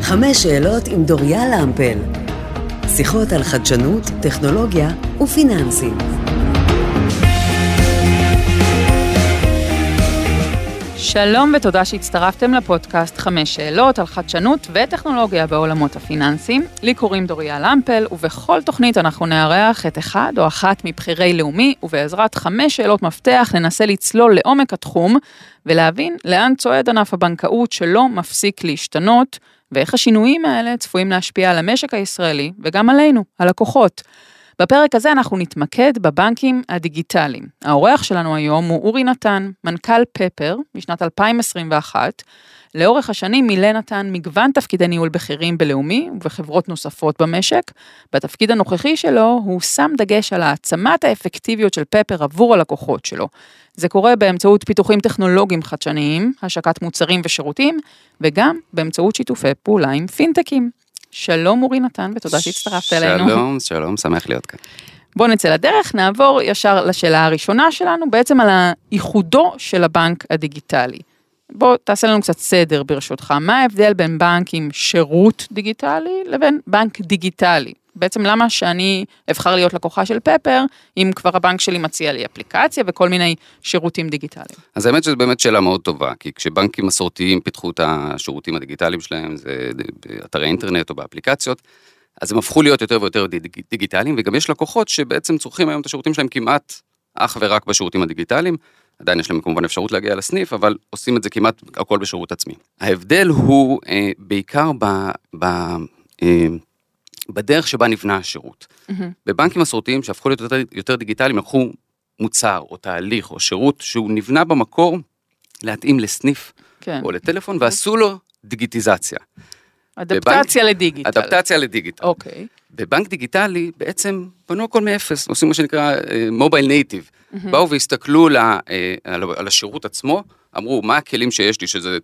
5 שאלות עם דוריה למפל. שיחות על חדשנות, טכנולוגיה ופיננסים. שלום ותודה שהצטרפתם לפודקאסט 5 שאלות על חדשנות וטכנולוגיה בעולמות הפיננסים. לי קוראים דוריה למפל, ובכל תוכנית אנחנו נארח את אחד או אחת מבחירי לאומי, ובעזרת 5 שאלות מפתח ננסה לצלול לעומק התחום, ולהבין לאן צועד ענף הבנקאות שלא מפסיק להשתנות, ואיך השינויים האלה צפויים להשפיע על המשק הישראלי, וגם עלינו, הלקוחות. בפרק הזה אנחנו נתמקד בבנקים הדיגיטליים. האורח שלנו היום הוא אורי נתן, מנכ"ל פפר משנת 2021. לאורך השנים מילא נתן מגוון תפקידי ניהול בכירים בלאומי ובחברות נוספות במשק. בתפקיד הנוכחי שלו הוא שם דגש על העצמת האפקטיביות של פפר עבור הלקוחות שלו. זה קורה באמצעות פיתוחים טכנולוגיים חדשניים, השקת מוצרים ושירותים, וגם באמצעות שיתופי פעולה עם פינטקים. שלום אורי נתן, ותודה שהצטרפת אלינו. שלום, שמח להיות כאן. בוא נצא לדרך, נעבור ישר לשאלה הראשונה שלנו, בעצם על הייחודו של הבנק הדיגיטלי. בוא תעשה לנו קצת סדר ברשותך, מה ההבדל בין בנק עם שירות דיגיטלי לבין בנק דיגיטלי? בעצם למה שאני אבחר להיות לקוחה של פפר, אם כבר הבנק שלי מציע לי אפליקציה וכל מיני שירותים דיגיטליים? אז האמת שזו באמת שאלה מאוד טובה, כי כשבנקים מסורתיים פיתחו את השירותים הדיגיטליים שלהם, זה באתרי אינטרנט או באפליקציות, אז הם הפכו להיות יותר ויותר דיגיטליים, וגם יש לקוחות שבעצם צורכים היום את השירותים שלהם כמעט אך ורק בשירותים הדיגיטליים, עדיין יש להם כמובן אפשרות להגיע לסניף, אבל עושים את זה כמעט הכל בשירות עצמי. ההבדל הוא בעיקר בדרך שבה נבנה השירות. בבנקים מסורתיים שהפכו להיות יותר דיגיטליים, לקחו מוצר או תהליך או שירות שהוא נבנה במקור להתאים לסניף או לטלפון, ועשו לו דיגיטיזציה. אדפטציה לדיגיטל. אדפטציה לדיגיטל. אוקיי. בבנק דיגיטלי בעצם בנו הכל מאפס, עושים מה שנקרא מובייל נייטיב. באו והסתכלו על השירות עצמו, אמרו מה הכלים שיש לי, שזה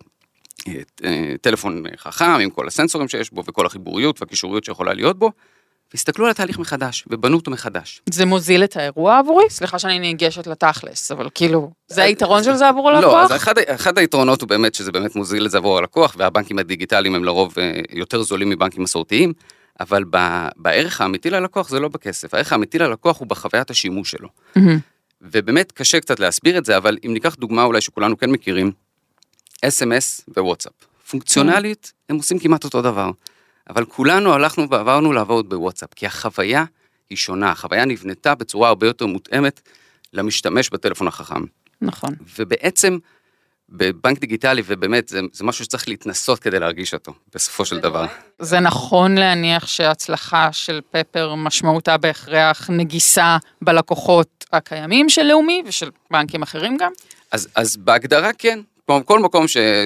טלפון חכם עם כל הסנסורים שיש בו וכל החיבוריות והקישוריות שיכולה להיות בו, והסתכלו על התהליך מחדש ובנו אותו מחדש. זה מוזיל את האירוע עבורי? סליחה שאני ניגשת לתכלס, אבל כאילו, זה היתרון של זה עבור הלקוח? לא, אז אחד היתרונות הוא באמת שזה באמת מוזיל את זה עבור הלקוח, והבנקים הדיגיטליים הם לרוב יותר זולים מבנקים מסורתיים, אבל בערך האמיתי ללקוח זה לא בכסף, הערך האמיתי ללקוח הוא בחוויית השימוש שלו. ובאמת קשה קצת להסביר את זה, אבל אם ניקח דוגמה אולי שכולנו כן מכירים, SMS ווואטסאפ. פונקציונלית, הם עושים כמעט אותו דבר. אבל כולנו הלכנו ועברנו לעבוד בוואטסאפ, כי החוויה היא שונה, החוויה נבנתה בצורה הרבה יותר מותאמת למשתמש בטלפון החכם. נכון. ובעצם, בבנק דיגיטלי, ובאמת, זה משהו שצריך להתנסות כדי להרגיש אותו, בסופו של דבר. זה נכון להניח שההצלחה של פפר משמעותה בהכרח נגיסה בלקוחות הקיימים של לאומי, ושל בנקים אחרים גם? אז בהגדרה כן. כל מקום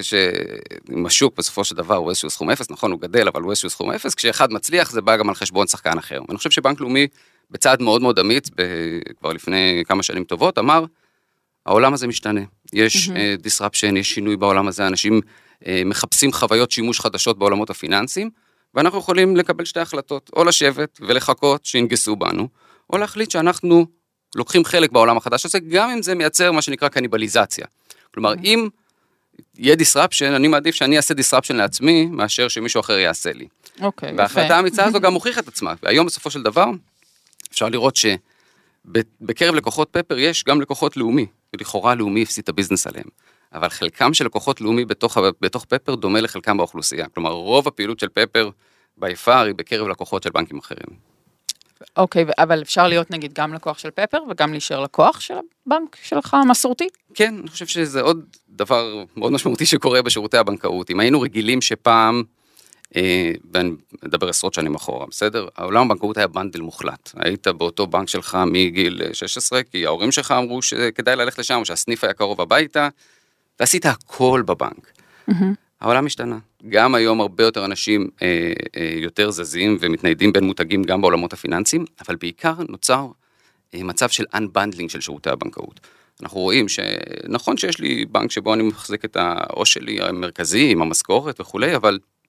שמשוק בסופו של דבר הוא איזשהו סכום אפס, נכון הוא גדל, אבל הוא איזשהו סכום אפס, כשאחד מצליח זה בא גם על חשבון שחקן אחר. ואני חושב שבנק לאומי בצעד מאוד מאוד אמיץ, כבר לפני כמה שנים טובות, אמר, העולם הזה משתנה, יש disruption, יש שינוי בעולם הזה, אנשים מחפשים חוויות שימוש חדשות בעולמות הפיננסיים, ואנחנו יכולים לקבל 2 החלטות, או לשבת ולחכות שינגסו בנו, או להחליט שאנחנו לוקחים חלק בעולם החדש הזה, גם אם זה מייצר מה שנקרא קניבליזציה. כלומר, אם יהיה disruption, אני מעדיף שאני אעשה disruption לעצמי, מאשר שמישהו אחר יעשה לי. אוקיי, יפה. וההחלטה האמיצה הזו גם מוכיחה את עצמה. והיום בסופו של דבר, אפשר לראות שבקרב לקוחות פפר יש גם לקוחות לאומי, ולכאורה לאומי הפסיד את הביזנס עליהם. אבל חלקם של לקוחות לאומי בתוך פפר דומה לחלקם באוכלוסייה. כלומר, רוב הפעילות של פפר ביפר היא בקרב לקוחות של בנקים אחרים. אוקיי, אבל אפשר להיות נגיד גם לקוח של פפר, וגם להישאר לקוח של הבנק שלך המסורתי? כן, אני חושב שזה עוד דבר מאוד משמעותי שקורה בשירותי הבנקאות. אם היינו רגילים שפעם, ואני מדבר עשרות שנים אחורה, בסדר? העולם הבנקאות היה בנדל מוחלט. היית באותו בנק שלך מגיל 16, כי ההורים שלך אמרו שכדאי ללכת לשם, או שהסניף היה קרוב הביתה, ועשית הכל בבנק. העולם השתנה. גם היום הרבה יותר אנשים יותר זזים ומתניידים בין מותגים גם בעולמות הפיננסיים, אבל בעיקר נוצר מצב של unbundling של שירותי הבנקאות. אנחנו רואים שנכון שיש לי בנק שבו אני מחזיק את העו"ש שלי המרכזי עם המשכורת וכו', אבל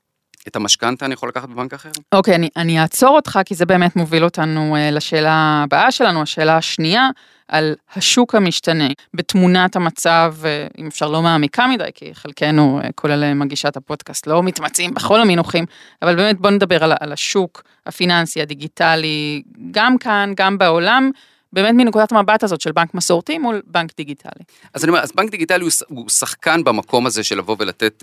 את המשכנתה אני יכול לקחת בבנק אחר? אוקיי, אני אעצור אותך, כי זה באמת מוביל אותנו לשאלה הבאה שלנו, השאלה השנייה, על השוק המשתנה, בתמונת המצב, אם אפשר לא מעמיקה מדי, כי חלקנו, כולל מגישת הפודקאסט, לא מתמצאים בכל המינוחים, אבל באמת בוא נדבר על השוק הפיננסי, הדיגיטלי, גם כאן, גם בעולם, באמת מנקודת המבט הזאת של בנק מסורתי מול בנק דיגיטלי. אז אני אומר, אז בנק דיגיטלי הוא שחקן במקום הזה של לבוא ולתת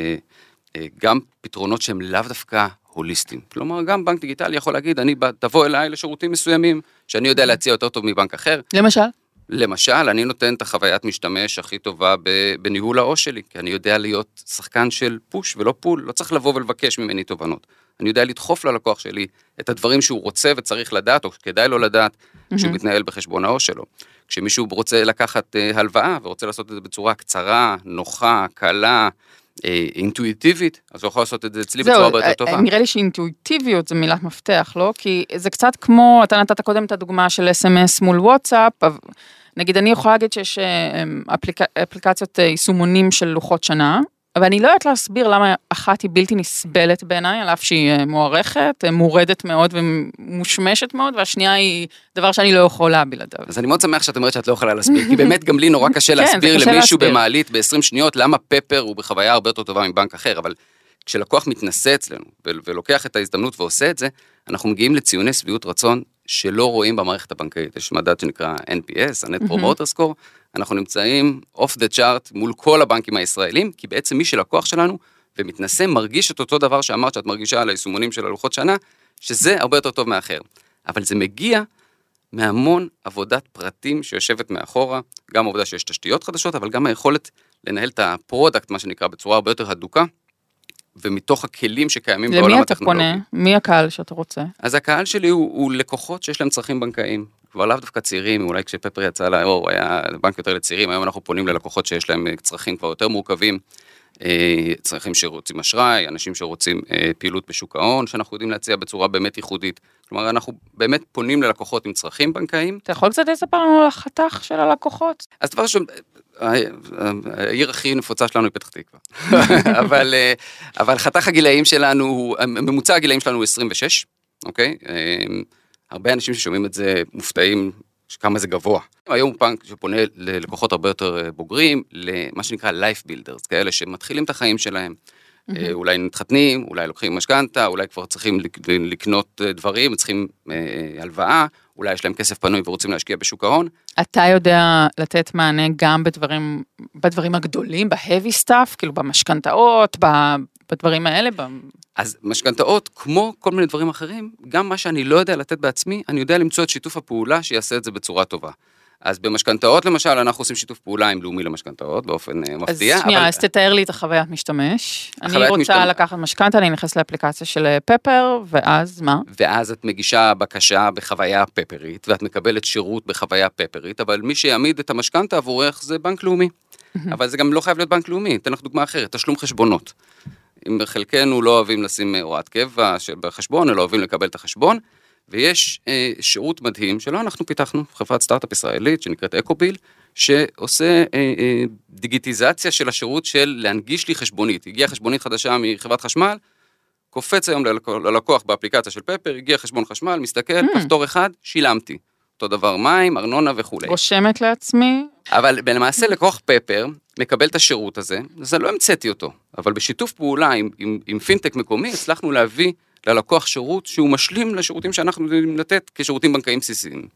גם פתרונות שהם לאו דווקא הוליסטיים. כלומר, גם בנק דיגיטלי יכול להגיד, תבוא אליי לשירותים מסוימים, שאני יודע להציע יותר טוב מבנק אחר. למשל? למשל, אני נותן את החוויית משתמש הכי טובה בניהול העו"ש שלי, כי אני יודע להיות שחקן של פוש ולא פול, לא צריך לבוא ולבקש ממני תובנות. אני יודע לדחוף ללקוח שלי את הדברים שהוא רוצה וצריך לדעת, או כדאי לו לדעת, שהוא מתנהל בחשבון העו"ש שלו. כשמישהו רוצה לקחת הלוואה, ורוצה לעשות את זה בצורה קצרה, נוחה, קלה, אינטואיטיבית, אז הוא יכול לעשות את זה אצלי בצורה הרבה יותר טובה. נראה לי שאינטואיטיביות זה מילת מפתח, לא? כי זה קצת כמו, אתה נתת קודם את הדוגמה של SMS מול וואטסאפ, נגיד אני יכולה להגיד שיש אפליקציות יישומונים של לוחות שנה, אבל אני לא יודעת להסביר למה אחת היא בלתי נסבלת בעיניי, על אף שהיא מוערכת, מורדת מאוד ומושמשת מאוד, והשנייה היא דבר שאני לא יכולה בלעדיו. אז אני מאוד שמח שאת אומרת שאת לא יכולה להסביר, כי באמת גם לי נורא קשה להסביר למישהו במעלית ב-20 שניות, למה פפר הוא בחוויה הרבה יותר טובה מבנק אחר, אבל כשלקוח מתנסה אצלנו, ולוקח את ההזדמנות ועושה את זה, אנחנו מגיעים לציוני סביעות רצון שלא רואים במערכת הבנקאית. יש מדד שנקרא NPS, ה-Net Promoter Score, אנחנו נמצאים off the chart מול כל הבנקים הישראלים, כי בעצם מי שלקוח שלנו ומתנסה מרגיש את אותו דבר שאמרת שאת מרגישה על היישומונים של הלוחות שנה, שזה הרבה יותר טוב מאחר. אבל זה מגיע מהמון עבודת פרטים שיושבת מאחורה, גם העובדה שיש תשתיות חדשות, אבל גם היכולת לנהל את הפרודקט, מה שנקרא, בצורה הרבה יותר הדוקה, ומתוך הכלים שקיימים בעולם הטכנולוגי. למי אתה פונה? מי הקהל שאתה רוצה? אז הקהל שלי הוא לקוחות שיש להם צרכים בנקאיים, כבר לאו דווקא צעירים, אולי כשפפר יצא לאור, היה בנק יותר לצעירים, היום אנחנו פונים ללקוחות שיש להם צרכים כבר יותר מורכבים, צרכים שרוצים אשראי, אנשים שרוצים פעילות בשוק ההון, שאנחנו יודעים להציע בצורה באמת ייחודית. כלומר, אנחנו באמת פונים ללקוחות עם צרכים בנקאיים. אתה יכול קצת לספר לנו על החתך של הלקוחות? אז דבר ראשון, העיר הכי נפוצה שלנו היא פתח תקווה. אבל חתך הגילאים שלנו, ממוצע הגילאים שלנו הוא 26, אוקיי? הרבה אנשים ששומעים את זה מופתעים כמה זה גבוה. היום הוא בנק שפונה ללקוחות הרבה יותר בוגרים, למה שנקרא life builders, כאלה שמתחילים את החיים שלהם, אולי מתחתנים, אולי לוקחים משכנתה, אולי כבר צריכים לקנות דברים, צריכים הלוואה, אולי יש להם כסף פנוי ורוצים להשקיע בשוק ההון. אתה יודע לתת מענה גם בדברים הגדולים, ב-heavy stuff, כאילו במשכנתאות, בדברים האלה? אז משכנתאות, כמו כל מיני דברים אחרים, גם מה שאני לא יודע לתת בעצמי, אני יודע למצוא את שיתוף הפעולה שיעשה את זה בצורה טובה. אז במשכנתאות למשל, אנחנו עושים שיתוף פעולה עם לאומי למשכנתאות, באופן מפתיע. אז שנייה, אז תתאר לי את החוויית משתמש. אני רוצה לקחת משכנתה, אני נכנס לאפליקציה של פפר, ואז מה? ואז את מגישה בקשה בחוויה פפרית, ואת מקבלת שירות בחוויה פפרית, אבל מי שיעמיד את המשכנתה עבורך זה בנק לאומי. אבל זה גם לא חייב להיות בנק לאומי, אתן לך דוגמה אחרת, תשלום חשבונות. אם חלקנו לא אוהבים לשים הוראת קבע בחשבון, אלא אוהבים לקבל את החשבון, ויש שירות מדהים שלא אנחנו פיתחנו, חברת סטארט-אפ ישראלית שנקראת אקוביל, שעושה דיגיטיזציה של השירות של להנגיש לי חשבונית. הגיעה חשבונית חדשה מחברת חשמל, קופץ היום ללקוח באפליקציה של פפר, הגיע חשבון חשמל, מסתכל, כפתור אחד, שילמתי. אותו דבר מים, ארנונה וכו'. רושמת לעצמי. אבל למעשה לקוח פפר מקבל את השירות הזה, אז לא המצאתי אותו, אבל בשיתוף פעולה עם פינטק מקומי, הצלחנו להביא ללקוח שירות שהוא משלים לשירותים שאנחנו יודעים לתת כשירותים בנקאיים בסיסיים.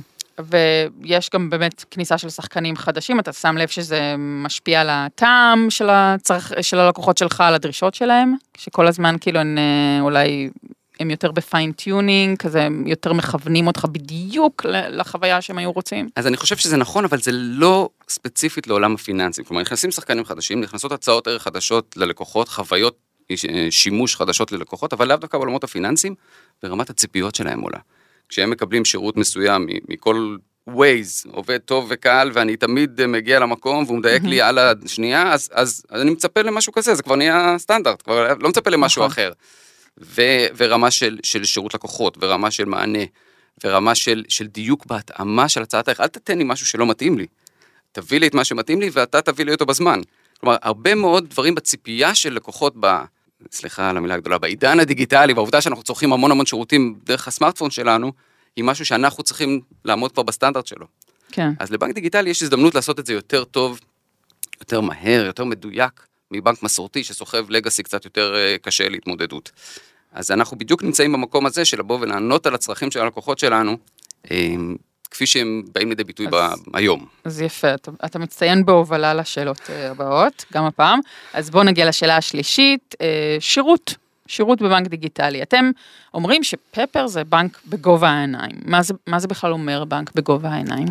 ויש גם באמת כניסה של שחקנים חדשים, אתה שם לב שזה משפיע על הטעם של הלקוחות שלך, על הדרישות שלהם, שכל הזמן כאילו אולי הם יותר בפיינטיונינג, כזה הם יותר מכוונים אותך בדיוק לחוויה שהם היו רוצים. אז אני חושב שזה נכון, אבל זה לא ספציפית לעולם הפיננסי. כלומר, נכנסים שחקנים חדשים, נכנסות הצעות ערך חדשות ללקוחות, חוויות שימוש חדשות ללקוחות, אבל לאו דווקא בעולמות הפיננסיים, ברמת הציפיות שלהם עולה. כשהם מקבלים שירות מסוים מכל ווייז, עובד טוב וקל, ואני תמיד מגיע למקום, והוא מדייק לי על השנייה, אז אני מצפה למשהו כזה, זה כבר נהיה סטנדרט, כבר לא מצפה למשהו אחר. ורמה של שירות לקוחות, ורמה של מענה, ורמה של דיוק בהתאמה של הצעת הערך. אל תתן לי משהו שלא מתאים לי. תביא לי את מה שמתאים לי, ואתה תביא לי אותו בזמן. כלומר, הרבה מאוד דברים בציפייה של לקוחות סליחה על המילה הגדולה, בעידן הדיגיטלי, והעובדה שאנחנו צורכים המון שירותים דרך הסמארטפון שלנו, היא משהו שאנחנו צריכים לעמוד כבר בסטנדרט שלו. כן. אז לבנק דיגיטלי יש הזדמנות לעשות את זה יותר טוב, יותר מהר, יותר מדויק, מבנק מסורתי שסוחב לגאסי קצת יותר קשה להתמודדות. אז אנחנו בדיוק נמצאים במקום הזה של לבוא ולענות על הצרכים של הלקוחות שלנו, כפי שהם באים לידי ביטוי היום. אז יפה, אתה מצטיין בהובלה לשאלות הבאות, גם הפעם. אז בואו נגיע לשאלה השלישית, שירות בבנק דיגיטלי. אתם אומרים שפפר זה בנק בגובה העיניים. מה זה בכלל אומר בנק בגובה העיניים?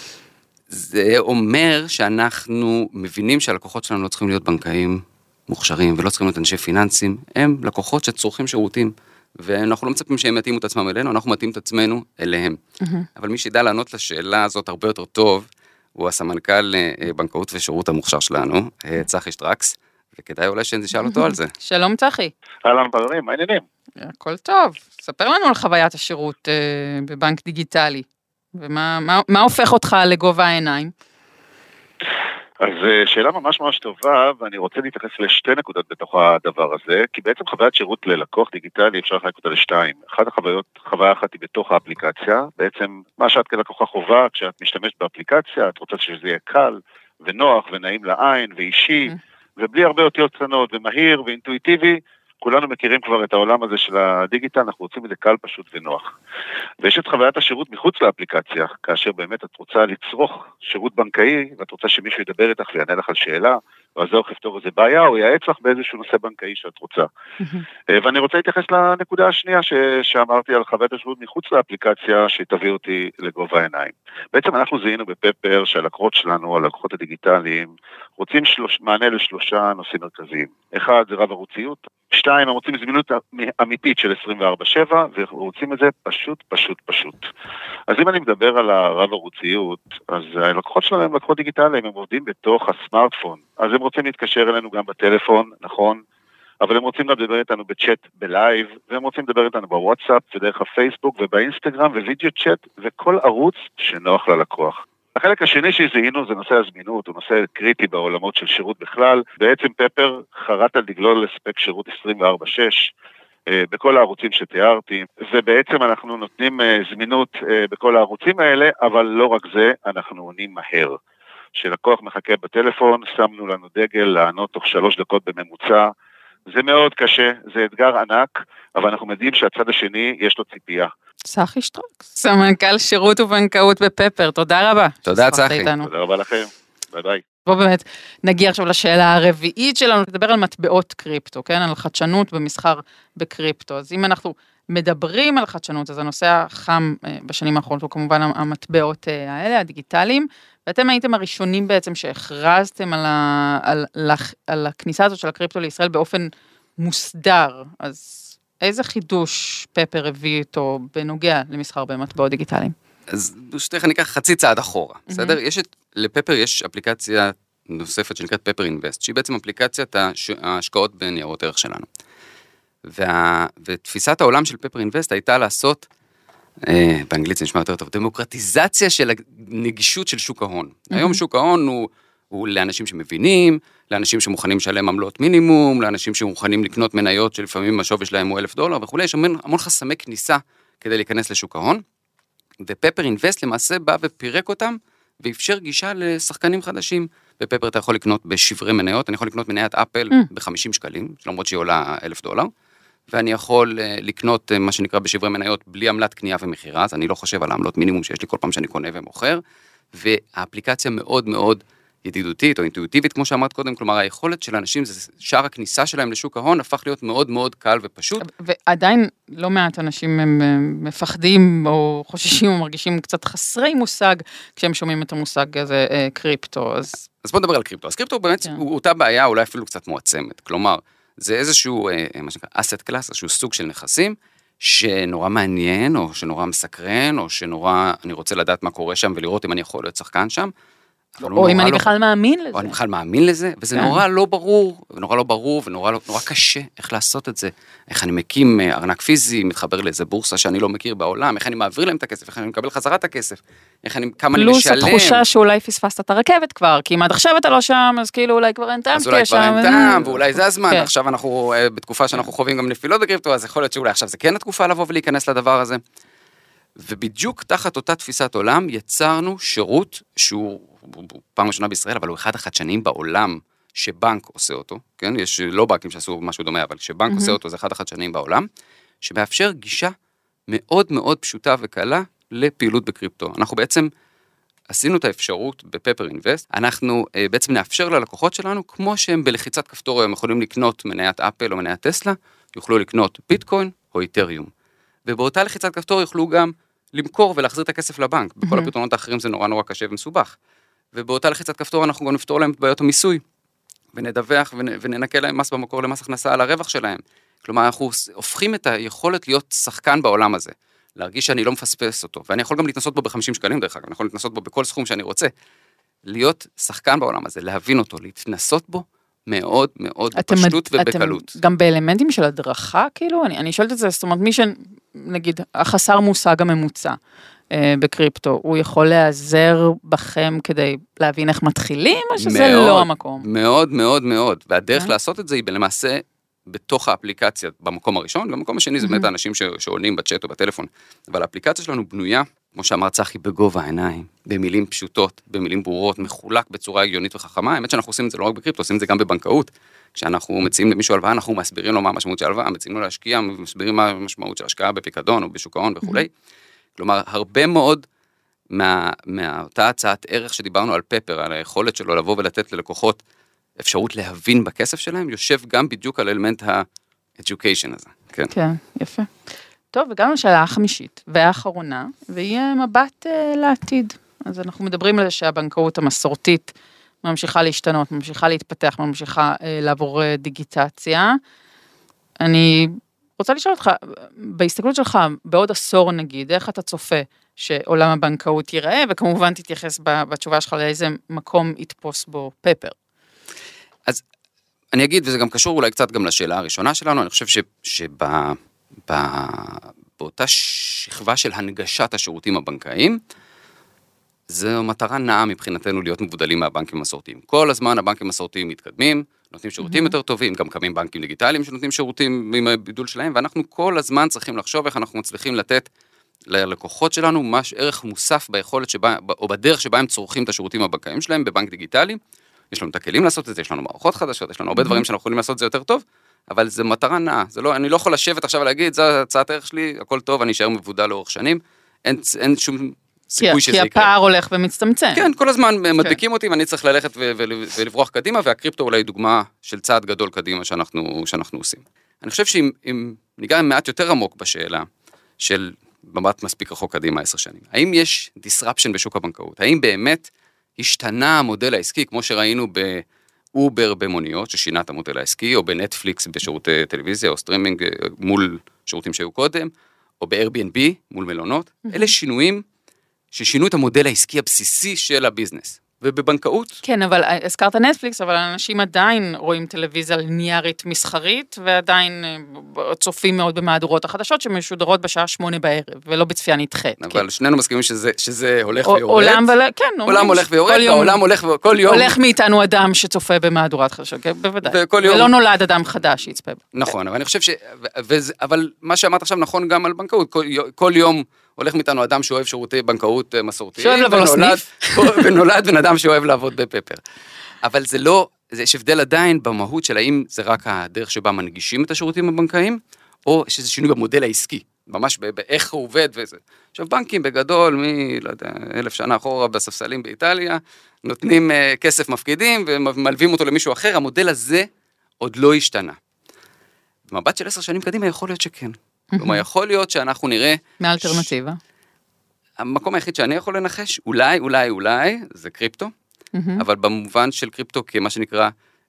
זה אומר שאנחנו מבינים שהלקוחות שלנו לא צריכים להיות בנקאים מוכשרים, ולא צריכים להיות אנשי פיננסים, הם לקוחות שצורכים שירותים, ואנחנו לא מצפים שהם יתאימו את עצמם אלינו, אנחנו מתאים את עצמנו אליהם. אבל מי שידע לענות לשאלה הזאת הרבה יותר טוב, הוא הסמנכ"ל בנקאות ושירות המוכשר שלנו, צחי שטרקס, וכדאי אולי שנשאל אותו על זה. שלום צחי. אהלן חברים, מה העניינים? הכל טוב. ספר לנו על חוויית השירות בבנק דיגיטלי, ומה הופך אותך לגובה העיניים? אז שאלה ממש טובה, ואני רוצה להתייחס לשתי נקודות בתוך הדבר הזה, כי בעצם חוויית שירות ללקוח דיגיטלי אפשר לחלק אותה לשתיים. אחת החוויות, חוויה אחת היא בתוך האפליקציה, בעצם מה שאת כלקוחה חובה, כשאת משתמשת באפליקציה, את רוצה שזה יהיה קל ונוח ונעים לעין ואישי, ובלי הרבה אותיות קטנות ומהיר ואינטואיטיבי, כולנו מכירים כבר את העולם הזה של הדיגיטל, אנחנו רוצים את זה קל, פשוט ונוח. ויש את חוויית השירות מחוץ לאפליקציה, כאשר באמת את רוצה לצרוך שירות בנקאי, ואת רוצה שמישהו ידבר איתך ויענה לך על שאלה, ועזור לפתור איזה בעיה, או ייעץ לך באיזשהו נושא בנקאי שאת רוצה. ואני רוצה להתייחס לנקודה השנייה שאמרתי על חוויית השירות מחוץ לאפליקציה, שתביא אותי לגובה העיניים. בעצם אנחנו זיהינו בפפר שהלקוחות שלנו, הלקוחות הדיגיטליים, רוצים מענה לשלושה נושאים מרכזיים. אחד זה רב ערוציות, שתיים, הם רוצים זמינות אמיתית של 24/7, ורוצים את זה פשוט. אז אם אני מדבר על הרב ערוציות, אז הלקוחות שלנו הם לקוחות דיגיטליים, הם עובדים בתוך הסמארטפון, אז הם רוצים להתקשר אלינו גם בטלפון, נכון? אבל הם רוצים לדבר איתנו בצ'אט בלייב, והם רוצים לדבר איתנו בוואטסאפ, ודרך הפייסבוק ובאינסטגרם ווידאו צ'אט, וכל ערוץ שנוח ללקוח. החלק השני שזיהינו זה נושא הזמינות, הוא נושא קריטי בעולמות של שירות בכלל. בעצם פפר חרט על דגלו לספק שירות 24/6 בכל הערוצים שתיארתי, ובעצם אנחנו נותנים זמינות בכל הערוצים האלה, אבל לא רק זה, אנחנו עונים מהר. שלקוח מחכה בטלפון, שמנו לנו דגל לענות תוך 3 דקות בממוצע, זה מאוד קשה, זה אתגר ענק, אבל אנחנו יודעים שהצד השני יש לו ציפייה. צחי שטרקס, סמנכ"ל שירות ובנקאות בפפר, תודה רבה. תודה צחי. תודה רבה לכם, ביי ביי. בוא באמת נגיע עכשיו לשאלה הרביעית שלנו, נדבר על מטבעות קריפטו, כן? על חדשנות במסחר בקריפטו. אז אם אנחנו מדברים על חדשנות, אז הנושא החם בשנים האחרונות הוא כמובן המטבעות האלה, הדיגיטליים, ואתם הייתם הראשונים בעצם שהכרזתם על הכניסה הזאת של הקריפטו לישראל באופן מוסדר. אז איזה חידוש פפר הביא איתו בנוגע למסחר במטבעות דיגיטליים? אז ברשותך אני אקח חצי צעד אחורה, בסדר? לפפר יש אפליקציה נוספת שנקראת פפר אינבסט, שהיא בעצם אפליקציית ההשקעות בניירות ערך שלנו. ותפיסת העולם של פפר אינבסט הייתה לעשות, באנגלית זה נשמע יותר טוב, דמוקרטיזציה של הנגישות של שוק ההון. היום שוק ההון הוא לאנשים שמבינים, לאנשים שמוכנים לשלם עמלות מינימום, לאנשים שמוכנים לקנות מניות שלפעמים השווי שלהם הוא $1,000 וכו', יש המון חסמי כניסה כדי להיכנס לשוק ההון, ופפר אינבסט למעשה בא ופירק אותם, ואפשר גישה לשחקנים חדשים. בפפר אתה יכול לקנות בשברי מניות, אני יכול לקנות מניית אפל ב$50, למרות שהיא עולה $1,000, ואני יכול לקנות מה שנקרא בשברי מניות בלי עמלת קנייה ומחירה, אז אני לא חושב על העמלות מינימום שיש לי כל פעם שאני קונה ומוכר, והאפליקציה מאוד מאוד ידידותית או אינטואיטיבית, כמו שאמרת קודם, כלומר היכולת של אנשים, שער הכניסה שלהם לשוק ההון, הפך להיות מאוד מאוד קל ופשוט. ועדיין לא מעט אנשים הם מפחדים או חוששים או מרגישים קצת חסרי מושג, כשהם שומעים את המושג הזה קריפטו. אז בוא נדבר על קריפטו. אז קריפטו באמת הוא אותה בעיה, אולי אפילו קצת מועצמת. כלומר, זה איזשהו, מה שנקרא, asset class, איזשהו סוג של נכסים, שנורא מעניין, או שנורא מסקרן, או שנורא, אני רוצה לדעת מה קורה שם, ולראות אם אני יכול להיות שחקן שם, או אם אני בכלל מאמין לזה. או אני בכלל מאמין לזה, וזה נורא לא ברור, ונורא קשה איך לעשות את זה. איך אני מקים ארנק פיזי, מתחבר לאיזה בורסה שאני לא מכיר בעולם, איך אני מעביר להם את הכסף, איך אני מקבל חזרה את הכסף, כמה אני משלם. פלוס התחושה שאולי פספסת את הרכבת כבר, כי אם עד עכשיו אתה לא שם, אז כאילו אולי כבר אין טעם. אז אולי כבר אין טעם, ואולי זה הזמן. עכשיו אנחנו, בתקופה שאנחנו חווים גם נפילות בקריפטו, אז יכול להיות שאולי עכשיו זה כן התקופה לבוא ולהיכנס לדבר הזה. ובדיוק תחת אותה תפיסת עולם, יצרנו שירות שהוא פעם ראשונה בישראל, אבל הוא אחד החדשניים בעולם שבנק עושה אותו, כן? יש לא בנקים שעשו משהו דומה, אבל שבנק עושה אותו, זה אחד החדשניים בעולם, שמאפשר גישה מאוד מאוד פשוטה וקלה לפעילות בקריפטו. אנחנו בעצם עשינו את האפשרות בפפר אינבסט, אנחנו בעצם נאפשר ללקוחות שלנו, כמו שהם בלחיצת כפתור הם יכולים לקנות מניית אפל או מניית טסלה, יוכלו לקנות ביטקוין או איתריום. ובאותה לחיצת כפתור יוכלו גם למכור ולהחזיר את הכסף לבנק. בכל הפתרונות האחרים זה נורא קשה ומסובך. ובאותה לחיצת כפתור אנחנו גם נפתור להם את בעיות המיסוי, ונדווח וננקה להם מס במקור למס הכנסה על הרווח שלהם. כלומר, אנחנו הופכים את היכולת להיות שחקן בעולם הזה, להרגיש שאני לא מפספס אותו, ואני יכול גם להתנסות בו ב50 שקלים דרך אגב, אני יכול להתנסות בו בכל סכום שאני רוצה, להיות שחקן בעולם הזה, להבין אותו, להתנסות בו, מאוד מאוד פשטות ובקלות. אתם גם באלמנטים של הדרכה, כאילו, אני שואלת את זה, זאת אומרת, מי שנגיד, החסר מושג הממוצע בקריפטו, הוא יכול להיעזר בכם כדי להבין איך מתחילים, או שזה לא המקום? מאוד מאוד מאוד, והדרך לעשות את זה היא למעשה בתוך האפליקציה, במקום הראשון, במקום השני זה באמת האנשים שעולים בצ'אט או בטלפון, אבל האפליקציה שלנו בנויה, כמו שאמר צחי, בגובה העיניים, במילים פשוטות, במילים ברורות, מחולק בצורה הגיונית וחכמה. האמת שאנחנו עושים את זה לא רק בקריפטו, עושים את זה גם בבנקאות. כשאנחנו מציעים למישהו הלוואה, אנחנו מסבירים לו מה המשמעות של הלוואה, מציעים לו להשקיע, מסבירים מה המשמעות של השקעה בפיקדון או בשוק ההון וכו'. כלומר, הרבה מאוד מאותה הצעת ערך שדיברנו על פפר, על היכולת שלו לבוא ולתת ללקוחות אפשרות להבין בכסף שלהם, יושב גם בדיוק על אלמנט ה-education הזה. כן. כן, יפה. טוב, הגענו לשאלה החמישית והאחרונה, והיא מבט לעתיד. אז אנחנו מדברים על זה שהבנקאות המסורתית ממשיכה להשתנות, ממשיכה להתפתח, ממשיכה לעבור דיגיטציה. אני רוצה לשאול אותך, בהסתכלות שלך, בעוד עשור נגיד, איך אתה צופה שעולם הבנקאות ייראה, וכמובן תתייחס בתשובה שלך לאיזה מקום יתפוס בו פפר. אז אני אגיד, וזה גם קשור אולי קצת גם לשאלה הראשונה שלנו, אני חושב באותה שכבה של הנגשת השירותים הבנקאיים, זו מטרה נעה מבחינתנו להיות מבודלים מהבנקים המסורתיים. כל הזמן הבנקים המסורתיים מתקדמים, נותנים שירותים יותר טובים, גם קמים בנקים דיגיטליים שנותנים שירותים עם הבידול שלהם, ואנחנו כל הזמן צריכים לחשוב איך אנחנו מצליחים לתת ללקוחות שלנו ערך מוסף ביכולת שבה, או בדרך שבה הם צורכים את השירותים הבנקאיים שלהם בבנק דיגיטלי. יש לנו את הכלים לעשות את זה, יש לנו מערכות חדשות, יש לנו הרבה דברים שאנחנו יכולים לעשות את זה יותר טוב, אבל זה מטרה נעה, אני לא יכול לשבת עכשיו ולהגיד, זו הצעת ערך שלי, הכל טוב, אני אשאר מבודל לאורך שנים, אין שום סיכוי שזה יקרה. כי הפער הולך ומצטמצם. כן, כל הזמן מדביקים אותי, ואני צריך ללכת ולברוח קדימה, והקריפטו אולי דוגמה של צעד גדול קדימה שאנחנו עושים. אני חושב שאם ניגע מעט יותר עמוק בשאלה של במבט מספיק רחוק קדימה 10 שנים, האם יש disruption בשוק הבנקאות? האם באמת השתנה המודל העסקי, כמו שראינו באובר במוניות, ששינה את המודל העסקי, או בנטפליקס בשירותי טלוויזיה, או סטרימינג מול שירותים שהיו קודם, או ב-Airbnb מול מלונות, אלה שינויים ששינו את המודל העסקי הבסיסי של הביזנס. ובבנקאות... כן, אבל הזכרת נטפליקס, אבל אנשים עדיין רואים טלוויזיה ליניארית מסחרית, ועדיין צופים מאוד במהדורות החדשות, שמשודרות בשעה 8 בערב, ולא בצפייה נדחית. אבל שנינו מסכימים שזה הולך ויורד. עולם הולך ויורד, העולם הולך כל יום... הולך מאיתנו אדם שצופה במהדורת חדשות, בוודאי. ולא נולד אדם חדש שיצפה. נכון, אבל אני חושב אבל מה שאמרת עכשיו נכון גם על בנקאות, כל יום הולך מאיתנו אדם שאוהב שירותי בנקאות מסורתיים. שאוהב לבוא לסניף. ונולד בן אדם שאוהב לעבוד בפפר. אבל זה לא, יש הבדל עדיין במהות של האם זה רק הדרך שבה מנגישים את השירותים הבנקאיים, או שזה שינוי במודל העסקי, ממש באיך הוא עובד וזה. עכשיו בנקים בגדול, לא יודע, 1000 שנה אחורה בספסלים באיטליה, נותנים כסף מפקידים ומלווים אותו למישהו אחר, המודל הזה עוד לא השתנה. במבט של 10 שנים קדימה יכול להיות שכן. כלומר, יכול להיות שאנחנו נראה... מאלטרנטיבה. המקום היחיד שאני יכול לנחש, אולי, זה קריפטו, אבל במובן של קריפטו כמה שנקרא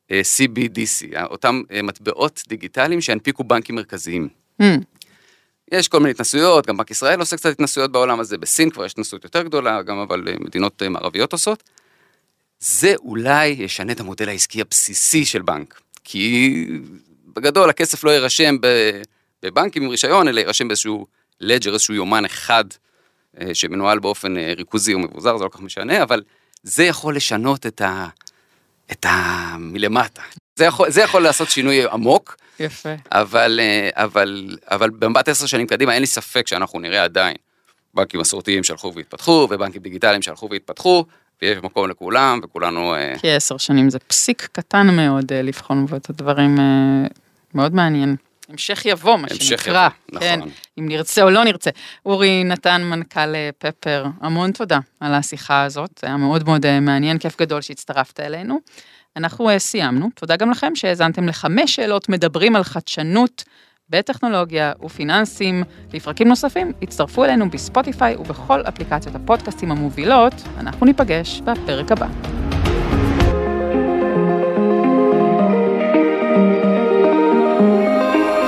CBDC, אותם מטבעות דיגיטליים שהנפיקו בנקים מרכזיים. יש כל מיני התנסויות, גם בנק ישראל עושה קצת התנסויות בעולם הזה, בסין כבר יש התנסויות יותר גדולה, גם אבל מדינות מערביות עושות. זה אולי ישנה את המודל העסקי הבסיסי של בנק, כי בגדול הכסף לא יירשם בבנקים עם רישיון, אלא יירשם באיזשהו לג'ר, איזשהו יומן אחד, שמנוהל באופן ריכוזי ומבוזר, זה לא כך משנה, אבל זה יכול לשנות את מלמטה. זה יכול לעשות שינוי עמוק, יפה. אבל במבט 10 שנים קדימה, אין לי ספק שאנחנו נראה עדיין בנקים מסורתיים שהלכו והתפתחו, ובנקים דיגיטליים שהלכו והתפתחו, ויש מקום לכולם, וכולנו... כי 10 שנים זה פסיק קטן מאוד לבחון בו את הדברים, מאוד מעניין. המשך יבוא, מה שנקרא. כן, נכון. אם נרצה או לא נרצה. אורי נתן, מנכ"ל פפר, המון תודה על השיחה הזאת, זה היה מאוד מאוד מעניין, כיף גדול שהצטרפת אלינו. אנחנו סיימנו, תודה גם לכם שהאזנתם ל5 שאלות מדברים על חדשנות בטכנולוגיה ופיננסים. לפרקים נוספים, הצטרפו אלינו בספוטיפיי ובכל אפליקציות הפודקאסטים המובילות. אנחנו ניפגש בפרק הבא.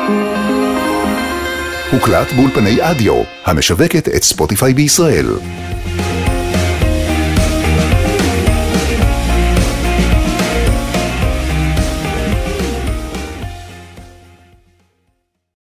הוקלט באולפני אדיו, המשווקת את ספוטיפיי בישראל.